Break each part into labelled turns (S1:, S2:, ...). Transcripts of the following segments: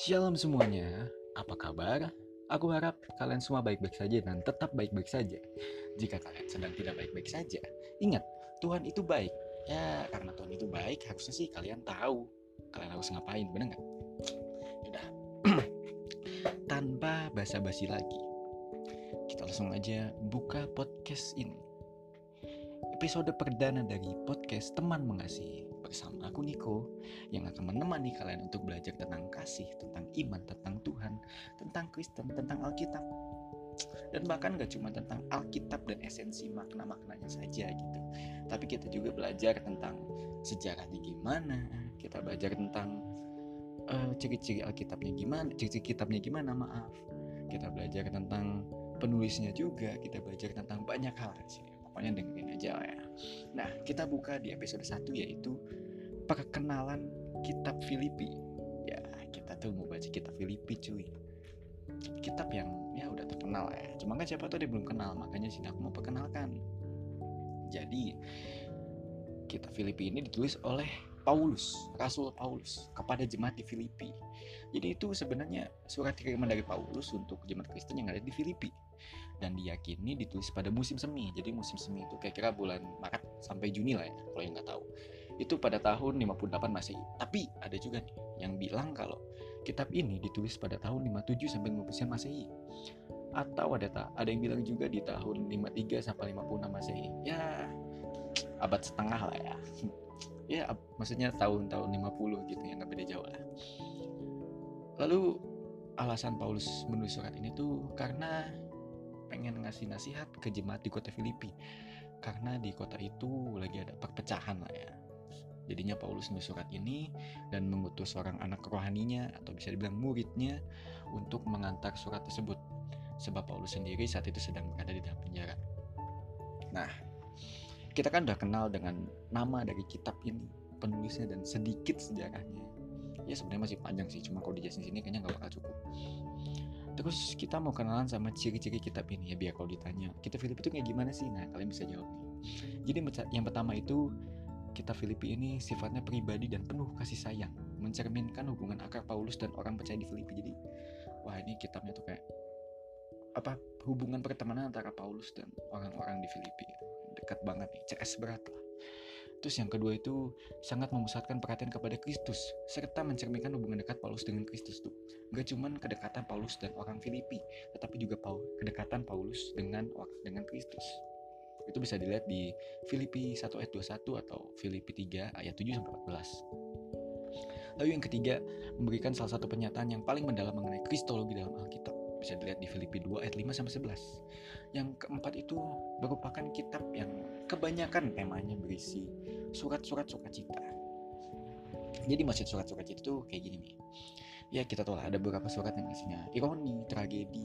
S1: Shalom semuanya, apa kabar? Aku harap kalian semua baik-baik saja dan tetap baik-baik saja. Jika kalian sedang tidak baik-baik saja, ingat, Tuhan itu baik. Ya, karena Tuhan itu baik, harusnya sih kalian tahu kalian harus ngapain, bener nggak? Udah, tanpa basa-basi lagi, kita langsung aja buka podcast ini. Episode perdana dari podcast Teman Mengasihi bersama aku Niko yang akan menemani kalian untuk belajar tentang kasih, tentang iman, tentang Tuhan, tentang Kristen, tentang Alkitab, dan bahkan gak cuma tentang Alkitab dan esensi makna-maknanya saja gitu, tapi kita juga belajar tentang sejarahnya gimana, kita belajar tentang ciri-ciri Alkitabnya gimana, ciri-ciri kitabnya gimana, maaf, kita belajar tentang penulisnya juga, kita belajar tentang banyak hal sih. Pokoknya dengerin aja ya. Nah, kita buka di episode 1 yaitu perkenalan kitab Filipi. Ya, kita tuh mau baca kitab Filipi cuy. Kitab yang ya udah terkenal ya. Cuma kan siapa tuh dia belum kenal, makanya sini aku mau perkenalkan. Jadi, kitab Filipi ini ditulis oleh Paulus, Rasul Paulus kepada jemaat di Filipi. Jadi itu sebenarnya surat kiriman dari Paulus untuk jemaat Kristen yang ada di Filipi. Dan diyakini ditulis pada musim semi. Jadi musim semi itu kira-kira bulan Maret sampai Juni lah ya, kalau yang nggak tahu. Itu pada tahun 58 Masehi. Tapi ada juga nih yang bilang kalau kitab ini ditulis pada tahun 57 sampai 59 Masehi. Atau ada yang bilang juga di tahun 53 sampai 56 Masehi. Ya, abad setengah lah ya. Ya, maksudnya tahun-tahun 50 gitu ya, nggak beda jauh lah. Lalu alasan Paulus menulis surat ini tuh karena pengen ngasih nasihat ke jemaat di kota Filipi, karena di kota itu lagi ada perpecahan lah ya. Jadinya Paulus nulis surat ini dan mengutus seorang anak rohaninya atau bisa dibilang muridnya untuk mengantar surat tersebut, sebab Paulus sendiri saat itu sedang berada di dalam penjara. Nah, kita kan udah kenal dengan nama dari kitab ini, penulisnya dan sedikit sejarahnya. Ya sebenarnya masih panjang sih, cuma kalau dijelasin sini kayaknya nggak bakal cukup. Terus kita mau kenalan sama ciri-ciri kitab ini ya, biar kalau ditanya kitab Filipi itu kayak gimana sih, nah kalian bisa jawab nih. Jadi yang pertama itu, kitab Filipi ini sifatnya pribadi dan penuh kasih sayang, mencerminkan hubungan akrab Paulus dan orang percaya di Filipi. Jadi wah, ini kitabnya tuh kayak apa, hubungan pertemanan antara Paulus dan orang-orang di Filipi gitu. Dekat banget nih, CS berat lah. Terus yang kedua itu sangat memusatkan perhatian kepada Kristus serta mencerminkan hubungan dekat Paulus dengan Kristus tuh. Gak cuman kedekatan Paulus dan orang Filipi, tetapi juga kedekatan Paulus dengan Kristus. Itu bisa dilihat di Filipi 1 ayat 21 atau Filipi 3 ayat 7 sampai 14. Lalu yang ketiga, memberikan salah satu pernyataan yang paling mendalam mengenai kristologi dalam Alkitab. Bisa dilihat di Filipi 2 ayat 5 sampai 11. Yang keempat itu merupakan kitab yang kebanyakan temanya berisi surat-surat sukacita. Jadi maksud surat sukacita itu kayak gini nih. Ya kita tahu lah ada beberapa surat yang isinya ironi, tragedi,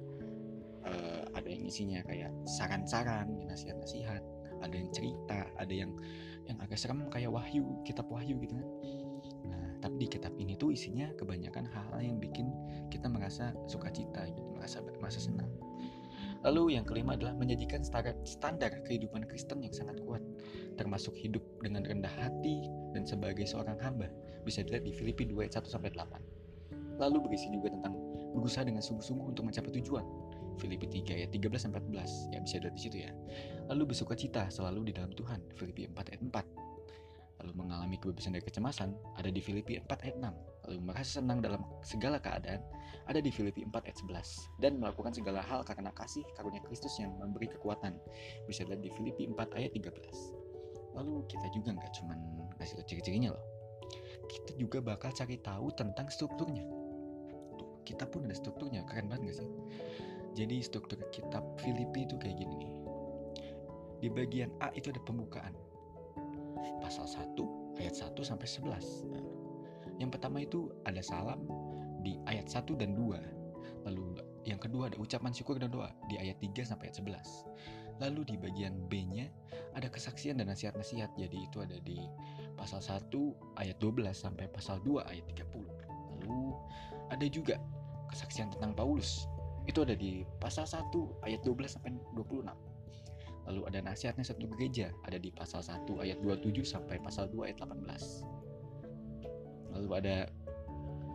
S1: ada yang isinya kayak saran-saran, nasihat-nasihat, ada yang cerita, ada yang agak serem kayak Wahyu, kitab Wahyu gitu kan. Nah, tapi di kitab ini tuh isinya kebanyakan hal-hal yang bikin kita merasa sukacita gitu, merasa senang. Lalu yang kelima adalah menjadikan standar kehidupan Kristen yang sangat kuat, termasuk hidup dengan rendah hati dan sebagai seorang hamba. Bisa dilihat di Filipi 2 ayat 1 sampai 8. Lalu berisi juga tentang berusaha dengan sungguh-sungguh untuk mencapai tujuan. Filipi 3 ayat 13 sampai 14. Ya bisa dilihat di situ ya. Lalu bersukacita selalu di dalam Tuhan. Filipi 4 ayat 4. Lalu mengalami kebebasan dari kecemasan, ada di Filipi 4 ayat 6. Lalu merasa senang dalam segala keadaan, ada di Filipi 4 ayat 11. Dan melakukan segala hal karena kasih karunia Kristus yang memberi kekuatan, bisa dilihat di Filipi 4 ayat 13. Lalu kita juga nggak cuma ngasih tau ciri-cirinya loh, kita juga bakal cari tahu tentang strukturnya. Tuh, kita pun ada strukturnya, keren banget gak sih? Jadi struktur kitab Filipi itu kayak gini nih. Di bagian A itu ada pembukaan, pasal 1 ayat 1 sampai 11. Nah, yang pertama itu ada salam di ayat 1 dan 2. Lalu yang kedua ada ucapan syukur dan doa di ayat 3 sampai ayat 11. Lalu di bagian B-nya ada kesaksian dan nasihat-nasihat. Jadi itu ada di pasal 1 ayat 12 sampai pasal 2 ayat 30. Lalu ada juga kesaksian tentang Paulus. Itu ada di pasal 1 ayat 12 sampai 26. Lalu ada nasihatnya satu gereja, ada di pasal 1 ayat 27 sampai pasal 2 ayat 18. Lalu ada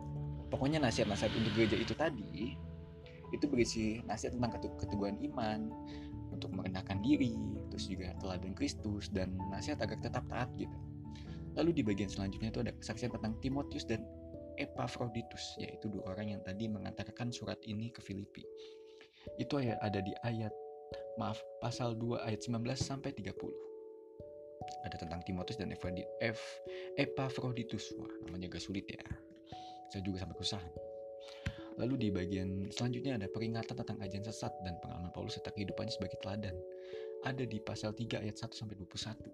S1: Pokoknya nasihat-nasihat untuk gereja itu tadi itu berisi nasihat tentang keteguhan iman, untuk merendahkan diri, terus juga teladan Kristus, dan nasihat agar tetap taat gitu. Lalu di bagian selanjutnya itu ada kesaksian tentang Timotius dan Epafroditus, yaitu dua orang yang tadi mengantarkan surat ini ke Filipi. Itu ada di pasal 2 ayat 19 sampai 30. Ada tentang Timotius dan Epafroditus. Wah, namanya agak sulit ya. Saya juga sampai kesusahan. Lalu di bagian selanjutnya ada peringatan tentang ajaran sesat dan pengalaman Paulus serta kehidupannya sebagai teladan. Ada di pasal 3 ayat 1 sampai 21.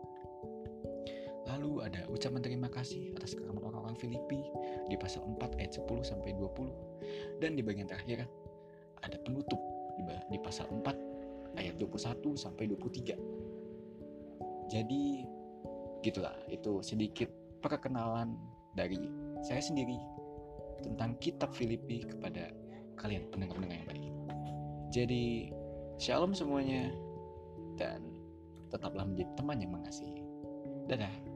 S1: Lalu ada ucapan terima kasih atas keramat orang-orang Filipi di pasal 4 ayat 10 sampai 20. Dan di bagian terakhir ada penutup di pasal 4 ayat 21 sampai 23. Jadi gitulah, itu sedikit perkenalan dari saya sendiri tentang kitab Filipi kepada kalian pendengar-pendengar yang baik. Jadi shalom semuanya, dan tetaplah menjadi teman yang mengasihi. Dadah.